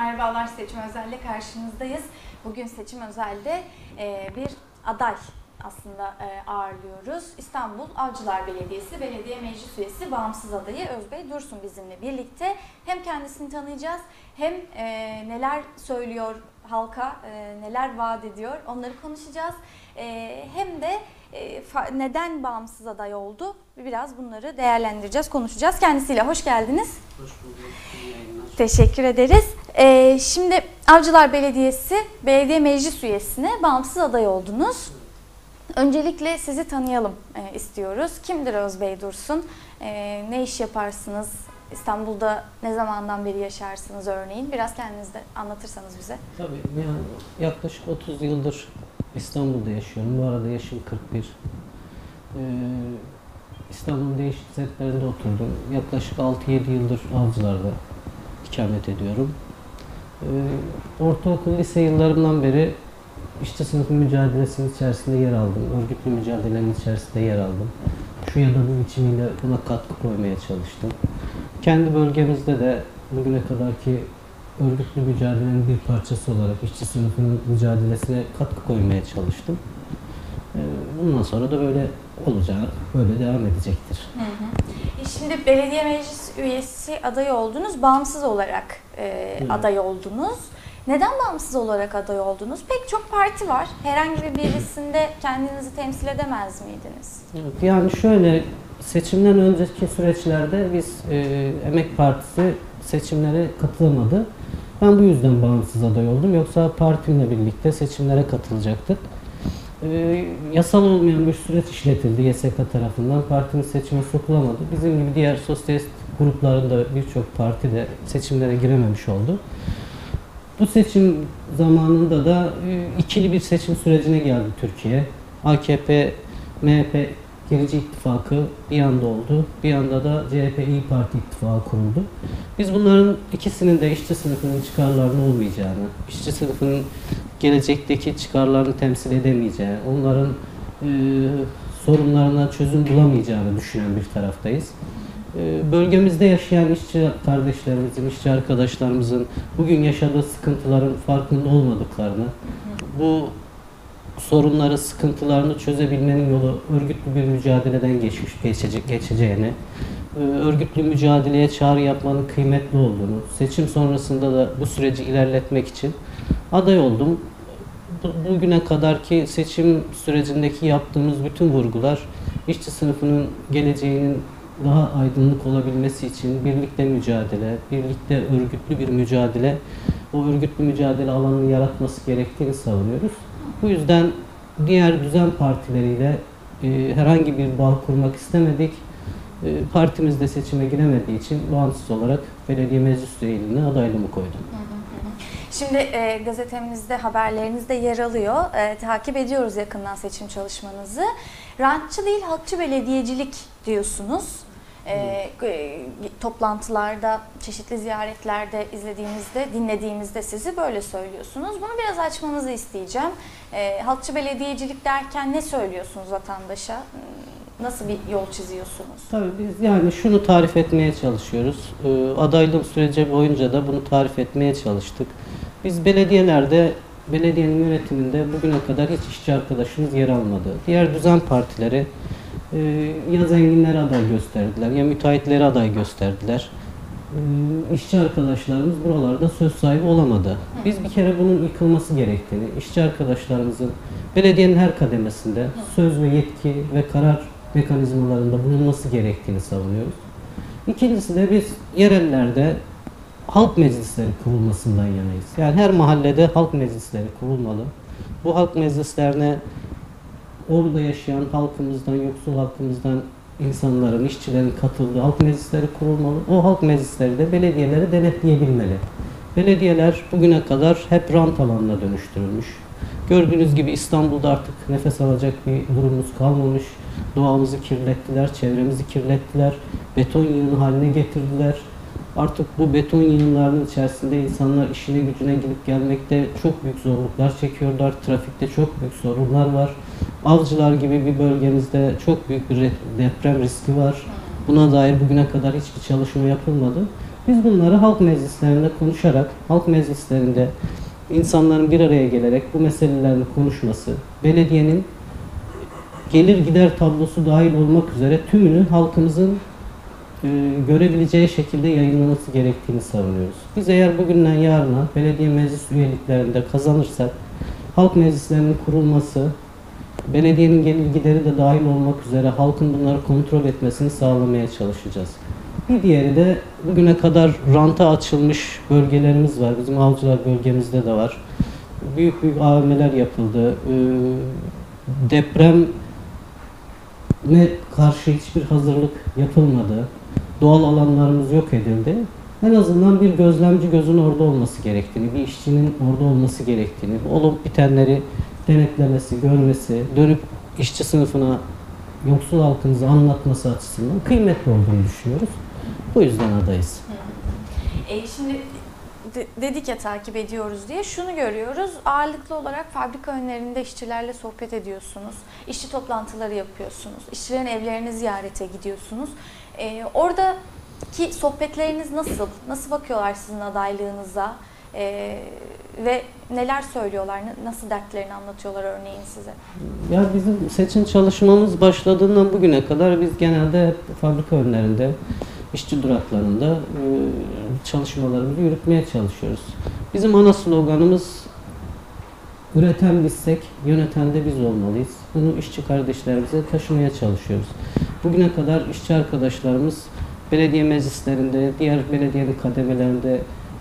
Merhabalar, Seçim Özel'le karşınızdayız. Bugün Seçim Özel'de bir aday aslında ağırlıyoruz. İstanbul Avcılar Belediyesi Belediye Meclis Üyesi bağımsız adayı Özbey Dursun bizimle birlikte. Hem kendisini tanıyacağız hem neler söylüyor halka, neler vaat ediyor onları konuşacağız. Hem de neden bağımsız aday oldu? Biraz bunları değerlendireceğiz, konuşacağız. Kendisiyle hoş geldiniz. Hoş bulduk. Teşekkür ederiz. Şimdi Avcılar Belediyesi Belediye Meclis Üyesi'ne bağımsız aday oldunuz. Öncelikle sizi tanıyalım istiyoruz. Kimdir Özbey Dursun? Ne iş yaparsınız? İstanbul'da ne zamandan beri yaşarsınız örneğin? Biraz kendiniz de anlatırsanız bize. Tabii yani yaklaşık 30 yıldır İstanbul'da yaşıyorum. Bu arada yaşım 41. İstanbul'un değişik semtlerinde oturdum. Yaklaşık 6-7 yıldır Avcılar'da ikamet ediyorum. Ortaokul, lise yıllarımdan beri işçi sınıfı mücadelesinin içerisinde yer aldım. Örgütlü mücadelenin içerisinde yer aldım. Şu ya da bu biçimiyle buna katkı koymaya çalıştım. Kendi bölgemizde de bugüne kadarki örgütlü mücadelenin bir parçası olarak işçi sınıfının mücadelesine katkı koymaya çalıştım. Bundan sonra da böyle olacak, böyle devam edecektir. Hı hı. Şimdi belediye meclis üyesi adayı oldunuz, bağımsız olarak aday oldunuz. Neden bağımsız olarak aday oldunuz? Pek çok parti var. Herhangi birisinde kendinizi temsil edemez miydiniz? Evet, yani şöyle, seçimden önceki süreçlerde biz Emek Partisi seçimlere katılamadı. Ben bu yüzden bağımsız aday oldum. Yoksa partimle birlikte seçimlere katılacaktık. Yasal olmayan bir süreç işletildi YSK tarafından. Partinin seçime sokulamadı. Bizim gibi diğer sosyalist gruplarında birçok parti de seçimlere girememiş oldu. Bu seçim zamanında da ikili bir seçim sürecine geldi Türkiye. AKP, MHP Gerici İttifakı bir yanda oldu. Bir yanda da CHP İYİ Parti ittifakı kuruldu. Biz bunların ikisinin de işçi sınıfının çıkarlarının olmayacağını, işçi sınıfının gelecekteki çıkarlarını temsil edemeyeceği, onların sorunlarına çözüm bulamayacağını düşünen bir taraftayız. Bölgemizde yaşayan işçi kardeşlerimizin, işçi arkadaşlarımızın bugün yaşadığı sıkıntıların farkında olmadıklarını, bu sorunları, sıkıntılarını çözebilmenin yolu örgütlü bir mücadeleden geçeceğini, örgütlü mücadeleye çağrı yapmanın kıymetli olduğunu, seçim sonrasında da bu süreci ilerletmek için aday oldum. Bugüne kadarki seçim sürecindeki yaptığımız bütün vurgular işçi sınıfının geleceğinin daha aydınlık olabilmesi için birlikte mücadele, birlikte örgütlü bir mücadele, o örgütlü mücadele alanını yaratması gerektiğini savunuyoruz. Bu yüzden diğer düzen partileriyle herhangi bir bağ kurmak istemedik. Partimiz de seçime giremediği için bağımsız olarak belediye meclis üyeliğine adaylığımı koydum. Şimdi gazetemizde, haberlerinizde yer alıyor. Takip ediyoruz yakından seçim çalışmanızı. Rantçı değil, halkçı belediyecilik diyorsunuz. Toplantılarda, çeşitli ziyaretlerde izlediğimizde, dinlediğimizde sizi böyle söylüyorsunuz. Bunu biraz açmanızı isteyeceğim. Halkçı belediyecilik derken ne söylüyorsunuz vatandaşa? Nasıl bir yol çiziyorsunuz? Tabii biz yani şunu tarif etmeye çalışıyoruz. Adaylığım süreci boyunca da bunu tarif etmeye çalıştık. Biz belediyelerde, belediyenin yönetiminde bugüne kadar hiç işçi arkadaşımız yer almadı. Diğer düzen partileri ya zenginlere aday gösterdiler ya müteahhitlere aday gösterdiler. İşçi arkadaşlarımız buralarda söz sahibi olamadı. Biz bir kere bunun yıkılması gerektiğini, işçi arkadaşlarımızın belediyenin her kademesinde söz ve yetki ve karar mekanizmalarında bulunması gerektiğini savunuyoruz. İkincisi de biz yerellerde halk meclisleri kurulmasından yanayız. Yani her mahallede halk meclisleri kurulmalı. Bu halk meclislerine orada yaşayan halkımızdan, yoksul halkımızdan insanların, işçilerin katıldığı halk meclisleri kurulmalı. O halk meclisleri de belediyeleri denetleyebilmeli. Belediyeler bugüne kadar hep rant alanına dönüştürülmüş. Gördüğünüz gibi İstanbul'da artık nefes alacak bir durumumuz kalmamış. Doğamızı kirlettiler, çevremizi kirlettiler, beton yığını haline getirdiler. Artık bu beton yığınlarının içerisinde insanlar işine gücüne gidip gelmekte çok büyük zorluklar çekiyorlar. Trafikte çok büyük sorunlar var. Avcılar gibi bir bölgemizde çok büyük bir deprem riski var. Buna dair bugüne kadar hiçbir çalışma yapılmadı. Biz bunları halk meclislerinde konuşarak, halk meclislerinde insanların bir araya gelerek bu meselelerini konuşması, belediyenin gelir gider tablosu dahil olmak üzere tümünü halkımızın görebileceği şekilde yayınlaması gerektiğini savunuyoruz. Biz eğer bugünden yarına belediye meclis üyeliklerinde kazanırsak, halk meclislerinin kurulması, belediyenin gelir gideri de dahil olmak üzere halkın bunları kontrol etmesini sağlamaya çalışacağız. Bir diğeri de bugüne kadar ranta açılmış bölgelerimiz var. Bizim Avcılar bölgemizde de var. Büyük büyük AVM'ler yapıldı. Depreme karşı hiçbir hazırlık yapılmadı. Doğal alanlarımız yok edildi. En azından bir gözlemci gözün orada olması gerektiğini, bir işçinin orada olması gerektiğini, olup bitenleri denetlemesi, görmesi, dönüp işçi sınıfına, yoksul halkımıza anlatması açısından kıymetli olduğunu düşünüyoruz. Bu yüzden adayız. Şimdi dedik ya takip ediyoruz diye, şunu görüyoruz. Ağırlıklı olarak fabrika önlerinde işçilerle sohbet ediyorsunuz. İşçi toplantıları yapıyorsunuz. İşçilerin evlerini ziyarete gidiyorsunuz. Oradaki sohbetleriniz nasıl? Nasıl bakıyorlar sizin adaylığınıza? Ve neler söylüyorlar? Nasıl dertlerini anlatıyorlar örneğin size? Ya bizim seçim çalışmamız başladığından bugüne kadar biz genelde hep fabrika önlerinde, işçi duraklarında çalışmalarımızı yürütmeye çalışıyoruz. Bizim ana sloganımız üreten bizsek, yöneten de biz olmalıyız. Bunu işçi kardeşlerimize taşımaya çalışıyoruz. Bugüne kadar işçi arkadaşlarımız belediye meclislerinde, diğer belediyenin kademelerinde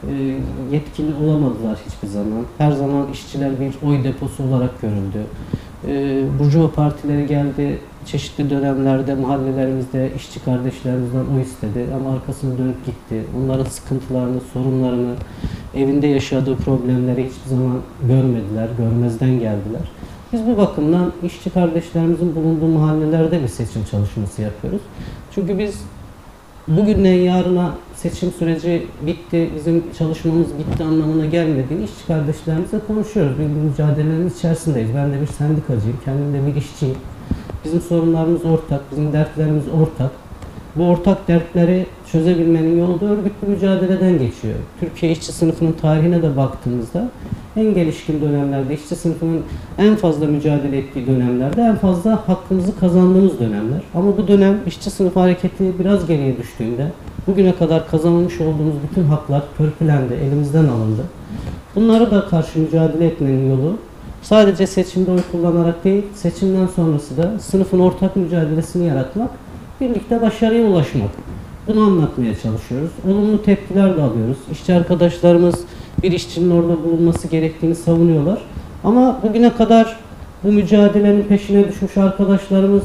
yetkili olamadılar hiçbir zaman. Her zaman işçiler bir oy deposu olarak görüldü. Burjuva partileri geldi, çeşitli dönemlerde mahallelerimizde işçi kardeşlerimizden oy istedi ama arkasını dönüp gitti. Onların sıkıntılarını, sorunlarını, evinde yaşadığı problemleri hiçbir zaman görmediler, görmezden geldiler. Biz bu bakımdan işçi kardeşlerimizin bulunduğu mahallelerde bir seçim çalışması yapıyoruz. Çünkü biz bugünden yarına seçim süreci bitti, bizim çalışmamız bitti anlamına gelmediğini işçi kardeşlerimizle konuşuyoruz. Bir mücadelenin içerisindeyiz. Ben de bir sendikacıyım, kendim de bir işçiyim. Bizim sorunlarımız ortak, bizim dertlerimiz ortak. Bu ortak dertleri çözebilmenin yolu da örgütlü mücadeleden geçiyor. Türkiye işçi sınıfının tarihine de baktığımızda en gelişkin dönemlerde, işçi sınıfının en fazla mücadele ettiği dönemlerde en fazla hakkımızı kazandığımız dönemler. Ama bu dönem işçi sınıf hareketi biraz geriye düştüğünde bugüne kadar kazanılmış olduğumuz bütün haklar törpülendi, elimizden alındı. Bunları da karşı mücadele etmenin yolu sadece seçimde oy kullanarak değil, seçimden sonrası da sınıfın ortak mücadelesini yaratmak, birlikte başarıya ulaşmak. Bunu anlatmaya çalışıyoruz. Olumlu tepkiler de alıyoruz. İşçi arkadaşlarımız bir işçinin orada bulunması gerektiğini savunuyorlar. Ama bugüne kadar bu mücadelenin peşine düşmüş arkadaşlarımız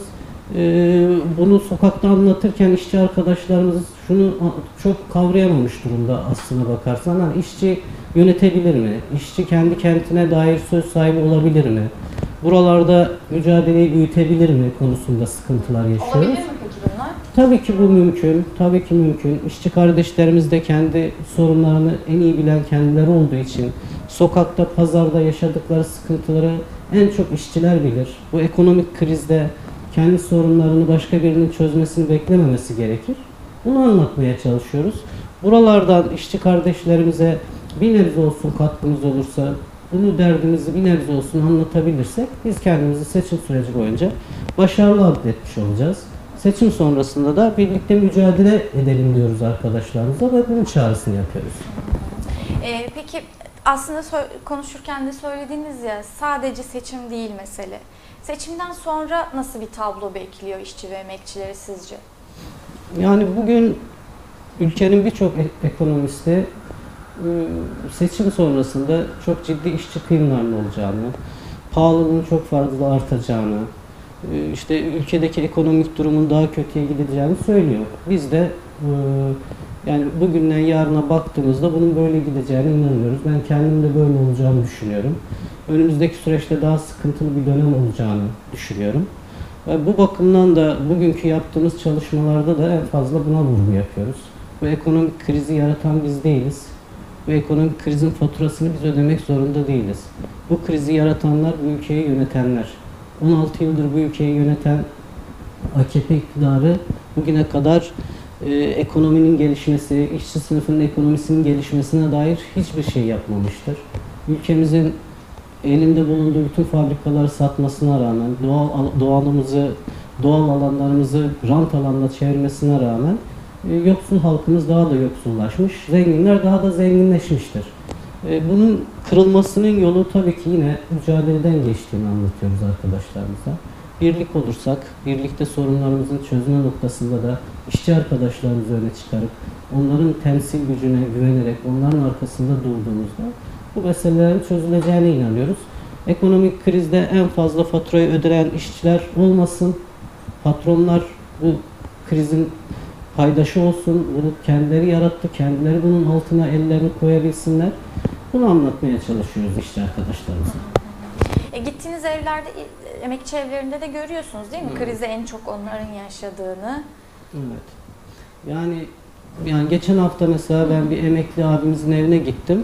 bunu sokakta anlatırken işçi arkadaşlarımız şunu çok kavrayamamış durumda aslına bakarsan. Yani işçi yönetebilir mi? İşçi kendi kentine dair söz sahibi olabilir mi? Buralarda mücadeleyi büyütebilir mi konusunda sıkıntılar yaşıyoruz. Olabilir mi peki bunlar? Tabii ki bu mümkün. Tabii ki mümkün. İşçi kardeşlerimiz de kendi sorunlarını en iyi bilen kendileri olduğu için sokakta, pazarda yaşadıkları sıkıntıları en çok işçiler bilir. Bu ekonomik krizde kendi sorunlarını başka birinin çözmesini beklememesi gerekir. Bunu anlatmaya çalışıyoruz. Buralardan işçi kardeşlerimize bir nebze olsun katkımız olursa, bunu derdimizi bir nebze olsun anlatabilirsek biz kendimizi seçim süreci boyunca başarılı adletmiş olacağız. Seçim sonrasında da birlikte mücadele edelim diyoruz arkadaşlarımıza ve bunun çağrısını yapıyoruz. Peki aslında konuşurken de söylediğiniz ya, sadece seçim değil mesele. Seçimden sonra nasıl bir tablo bekliyor işçi ve emekçileri sizce? Yani bugün ülkenin birçok ekonomisti seçim sonrasında çok ciddi işçi kıyımlarının olacağını, pahalılığın çok fazla artacağını, işte ülkedeki ekonomik durumun daha kötüye gideceğini söylüyor. Biz de yani bugünden yarına baktığımızda bunun böyle gideceğine inanıyoruz. Ben kendim de böyle olacağını düşünüyorum. Önümüzdeki süreçte daha sıkıntılı bir dönem olacağını düşünüyorum. Ve bu bakımdan da bugünkü yaptığımız çalışmalarda da en fazla buna vurgu yapıyoruz. Bu ekonomik krizi yaratan biz değiliz. Bu ekonomik krizin faturasını biz ödemek zorunda değiliz. Bu krizi yaratanlar, bu ülkeyi yönetenler. 16 yıldır bu ülkeyi yöneten AKP iktidarı bugüne kadar ekonominin gelişmesi, işçi sınıfının ekonomisinin gelişmesine dair hiçbir şey yapmamıştır. Ülkemizin elinde bulunduğu bütün fabrikaları satmasına rağmen, doğal alanlarımızı rant alanına çevirmesine rağmen yoksul halkımız daha da yoksullaşmış, zenginler daha da zenginleşmiştir. Bunun kırılmasının yolu tabii ki yine mücadeleden geçtiğini anlatıyoruz arkadaşlarımıza. Birlik olursak, birlikte sorunlarımızın çözme noktasında da işçi arkadaşlarımızı öne çıkarıp, onların temsil gücüne güvenerek, onların arkasında durduğumuzda bu meselelerin çözüleceğine inanıyoruz. Ekonomik krizde en fazla faturayı ödeyen işçiler olmasın, patronlar bu krizin paydaşı olsun, bunu kendileri yarattı, kendileri bunun altına ellerini koyabilsinler. Bunu anlatmaya çalışıyoruz işçi arkadaşlarımıza. Gittiğiniz evlerde, emekçi evlerinde de görüyorsunuz değil mi? Evet. Krizi en çok onların yaşadığını. Evet. Yani geçen hafta mesela ben bir emekli abimizin evine gittim.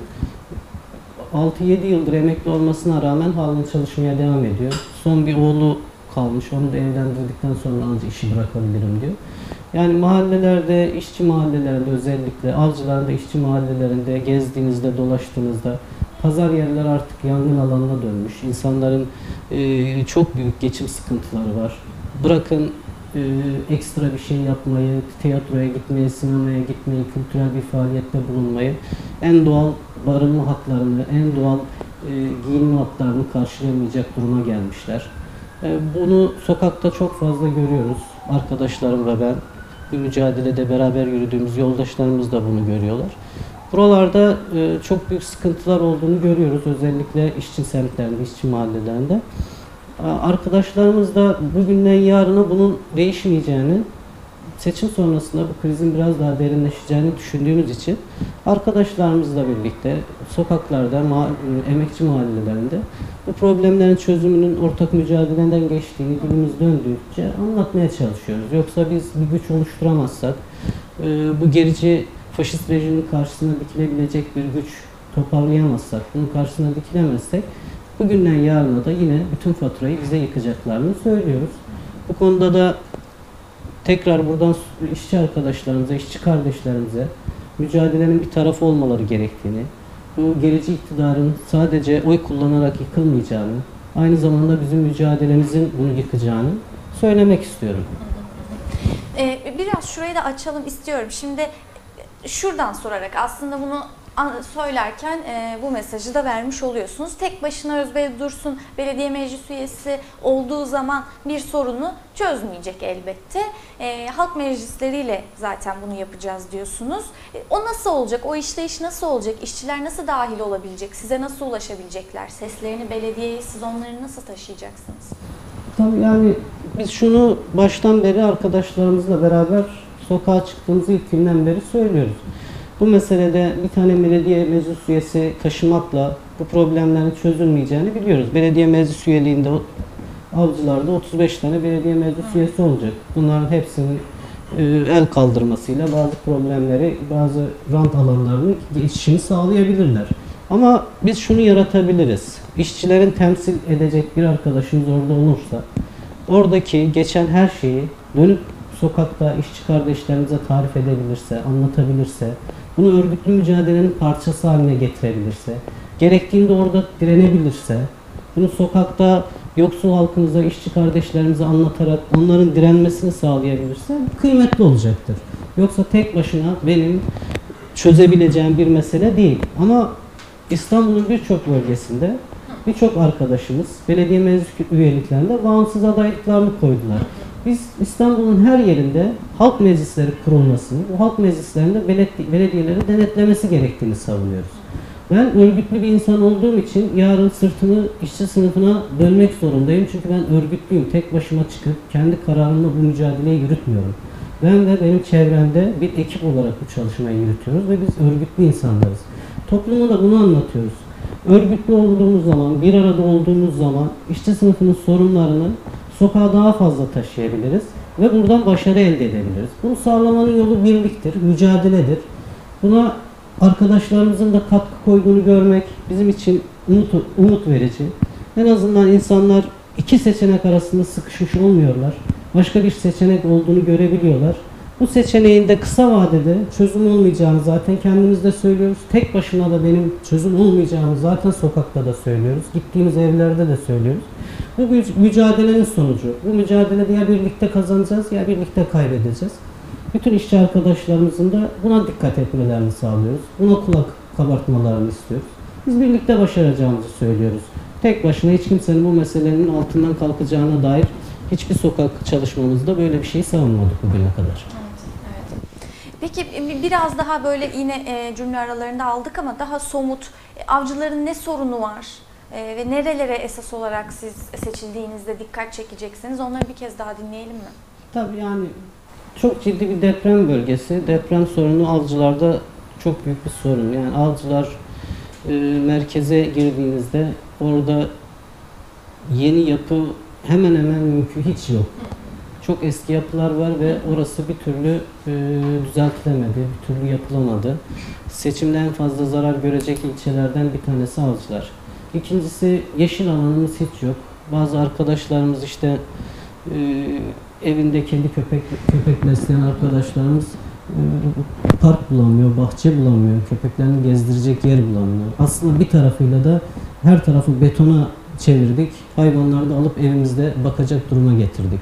6-7 yıldır emekli olmasına rağmen halen çalışmaya devam ediyor. Son bir oğlu kalmış. Onu da evlendirdikten sonra ancak işi bırakabilirim diyor. Yani mahallelerde, işçi mahallelerinde özellikle, avcılarda, işçi mahallelerinde gezdiğinizde, dolaştığınızda pazar yerleri artık yangın alanına dönmüş. İnsanların çok büyük geçim sıkıntıları var. Bırakın ekstra bir şey yapmayı, tiyatroya gitmeyi, sinemaya gitmeyi, kültürel bir faaliyette bulunmayı, en doğal barınma haklarını, en doğal giyinme haklarını karşılayamayacak duruma gelmişler. Bunu sokakta çok fazla görüyoruz. Arkadaşlarım ve ben, bu mücadelede beraber yürüdüğümüz yoldaşlarımız da bunu görüyorlar. Buralarda çok büyük sıkıntılar olduğunu görüyoruz. Özellikle işçi semtlerinde, işçi mahallelerinde. Arkadaşlarımız da bugünden yarına bunun değişmeyeceğini, seçim sonrasında bu krizin biraz daha derinleşeceğini düşündüğümüz için arkadaşlarımızla birlikte sokaklarda, emekçi mahallelerinde bu problemlerin çözümünün ortak mücadeleden geçtiğini dilimiz döndükçe anlatmaya çalışıyoruz. Yoksa biz bir güç oluşturamazsak, bu gerici faşist rejimin karşısına dikilebilecek bir güç toparlayamazsak, bunun karşısına dikilemezsek bugünden yarına da yine bütün faturayı bize yıkacaklarını söylüyoruz. Bu konuda da tekrar buradan işçi arkadaşlarımıza, işçi kardeşlerimize mücadelenin bir tarafı olmaları gerektiğini, bu gerici iktidarın sadece oy kullanarak yıkılmayacağını, aynı zamanda bizim mücadelemizin bunu yıkacağını söylemek istiyorum. Biraz şurayı da açalım istiyorum. Şimdi şuradan sorarak aslında bunu söylerken bu mesajı da vermiş oluyorsunuz. Tek başına Özbey Dursun belediye meclis üyesi olduğu zaman bir sorunu çözmeyecek elbette. Halk meclisleriyle zaten bunu yapacağız diyorsunuz. O nasıl olacak? O işleyiş nasıl olacak? İşçiler nasıl dahil olabilecek? Size nasıl ulaşabilecekler? Seslerini belediyeye, siz onları nasıl taşıyacaksınız? Tabii yani biz şunu baştan beri arkadaşlarımızla beraber sokağa çıktığımız ilk günden beri söylüyoruz. Bu meselede bir tane belediye meclis üyesi taşımakla bu problemlerin çözülmeyeceğini biliyoruz. Belediye meclis üyeliğinde avcılarda 35 tane belediye meclis üyesi olacak. Bunların hepsinin el kaldırmasıyla bazı problemleri, bazı rant alanlarının geçişini sağlayabilirler. Ama biz şunu yaratabiliriz. İşçilerin temsil edecek bir arkadaşımız orada olursa, oradaki geçen her şeyi dönüp sokakta işçi kardeşlerimize tarif edebilirse, anlatabilirse, bunu örgütlü mücadelenin parçası haline getirebilirse, gerektiğinde orada direnebilirse, bunu sokakta yoksul halkımıza, işçi kardeşlerimize anlatarak onların direnmesini sağlayabilirse kıymetli olacaktır. Yoksa tek başına benim çözebileceğim bir mesele değil. Ama İstanbul'un birçok bölgesinde birçok arkadaşımız belediye meclis üyeliklerinde bağımsız adaylıklarını koydular. Biz İstanbul'un her yerinde halk meclisleri kurulmasını, bu halk meclislerinde belediyeleri denetlemesi gerektiğini savunuyoruz. Ben örgütlü bir insan olduğum için yarın sırtımı işçi sınıfına dönmek zorundayım. Çünkü ben örgütlüyüm. Tek başıma çıkıp kendi kararımla bu mücadeleyi yürütmüyorum. Ben ve benim çevremde bir ekip olarak bu çalışmayı yürütüyoruz ve biz örgütlü insanlarız. Topluma da bunu anlatıyoruz. Örgütlü olduğumuz zaman, bir arada olduğumuz zaman işçi sınıfının sorunlarını sokağa daha fazla taşıyabiliriz ve buradan başarı elde edebiliriz. Bunu sağlamanın yolu birliktir, mücadeledir. Buna arkadaşlarımızın da katkı koyduğunu görmek bizim için umut verici. En azından insanlar iki seçenek arasında sıkışmış olmuyorlar. Başka bir seçenek olduğunu görebiliyorlar. Bu seçeneğinde kısa vadede çözüm olmayacağını zaten kendimiz de söylüyoruz. Tek başına da benim çözüm olmayacağını zaten sokakta da söylüyoruz. Gittiğimiz evlerde de söylüyoruz. Bu mücadelenin sonucu. Bu mücadelede ya birlikte kazanacağız ya birlikte kaybedeceğiz. Bütün işçi arkadaşlarımızın da buna dikkat etmelerini sağlıyoruz. Buna kulak kabartmalarını istiyoruz. Biz birlikte başaracağımızı söylüyoruz. Tek başına hiç kimsenin bu meselenin altından kalkacağına dair hiçbir sokak çalışmamızda böyle bir şey savunmadık bugüne kadar. Evet. Peki biraz daha böyle yine cümle aralarında aldık ama daha somut avcıların ne sorunu var ve nerelere esas olarak siz seçildiğinizde dikkat çekeceksiniz, onları bir kez daha dinleyelim mi? Tabii yani çok ciddi bir deprem bölgesi. Deprem sorunu avcılarda çok büyük bir sorun. Yani avcılar merkeze girdiğinizde orada yeni yapı hemen hemen mümkün hiç yok. Çok eski yapılar var ve orası bir türlü düzeltilemedi, bir türlü yapılamadı. Seçimde en fazla zarar görecek ilçelerden bir tanesi Avcılar. İkincisi yeşil alanımız hiç yok. Bazı arkadaşlarımız işte evinde kendi köpek besleyen arkadaşlarımız park bulamıyor, bahçe bulamıyor, köpeklerini gezdirecek yer bulamıyor. Aslında bir tarafıyla da her tarafı betona çevirdik. Hayvanları da alıp evimizde bakacak duruma getirdik.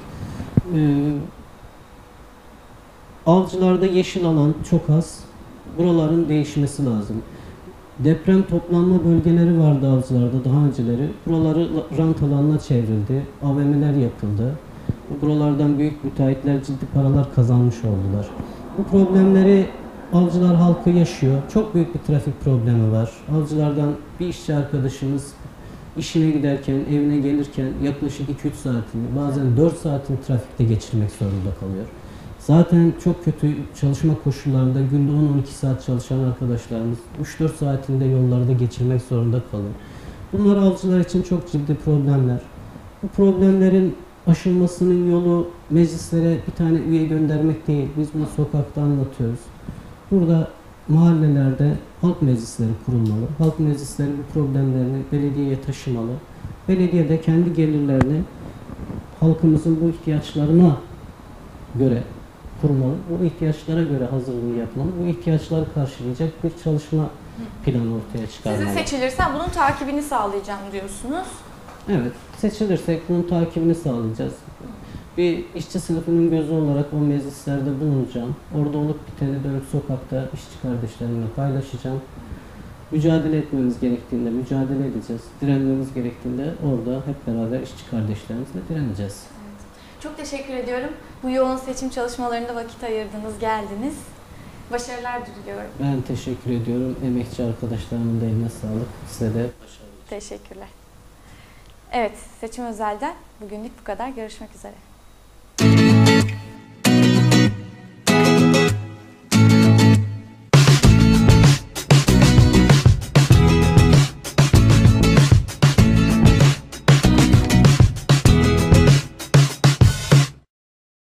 Avcılarda yeşil alan çok az. Buraların değişmesi lazım. Deprem toplanma bölgeleri vardı avcılarda daha önceleri. Buraları rant alanına çevrildi. AVM'ler yapıldı. Buralardan büyük müteahhitler ciddi paralar kazanmış oldular. Bu problemleri avcılar halkı yaşıyor. Çok büyük bir trafik problemi var. Avcılardan bir işçi arkadaşımız işine giderken, evine gelirken yaklaşık 2-3 saatini, bazen 4 saatini trafikte geçirmek zorunda kalıyor. Zaten çok kötü çalışma koşullarında günde 10-12 saat çalışan arkadaşlarımız 3-4 saatinde yollarda geçirmek zorunda kalıyor. Bunlar avcılar için çok ciddi problemler. Bu problemlerin aşılmasının yolu meclislere bir tane üye göndermek değil. Biz bunu sokakta anlatıyoruz. Burada mahallelerde halk meclisleri kurulmalı. Halk meclisleri bu problemlerini belediyeye taşımalı. Belediye de kendi gelirlerini halkımızın bu ihtiyaçlarına göre kurmalı. Bu ihtiyaçlara göre hazırlığı yapmalı. Bu ihtiyaçları karşılayacak bir çalışma planı ortaya çıkarmalı. Sizi seçilirsem bunun takibini sağlayacağım diyorsunuz. Evet, seçilirsek bunun takibini sağlayacağız. Bir işçi sınıfının gözü olarak o meclislerde bulunacağım. Orada olup biteni dönüp sokakta işçi kardeşlerimle paylaşacağım. Mücadele etmemiz gerektiğinde mücadele edeceğiz. Direnmemiz gerektiğinde orada hep beraber işçi kardeşlerimizle direneceğiz. Evet. Çok teşekkür ediyorum. Bu yoğun seçim çalışmalarında vakit ayırdınız, geldiniz. Başarılar diliyorum. Ben teşekkür ediyorum. Emekçi arkadaşlarımın da eline sağlık. Size de başarılar. Teşekkürler. Evet, Seçim Özel'den bugünlük bu kadar. Görüşmek üzere.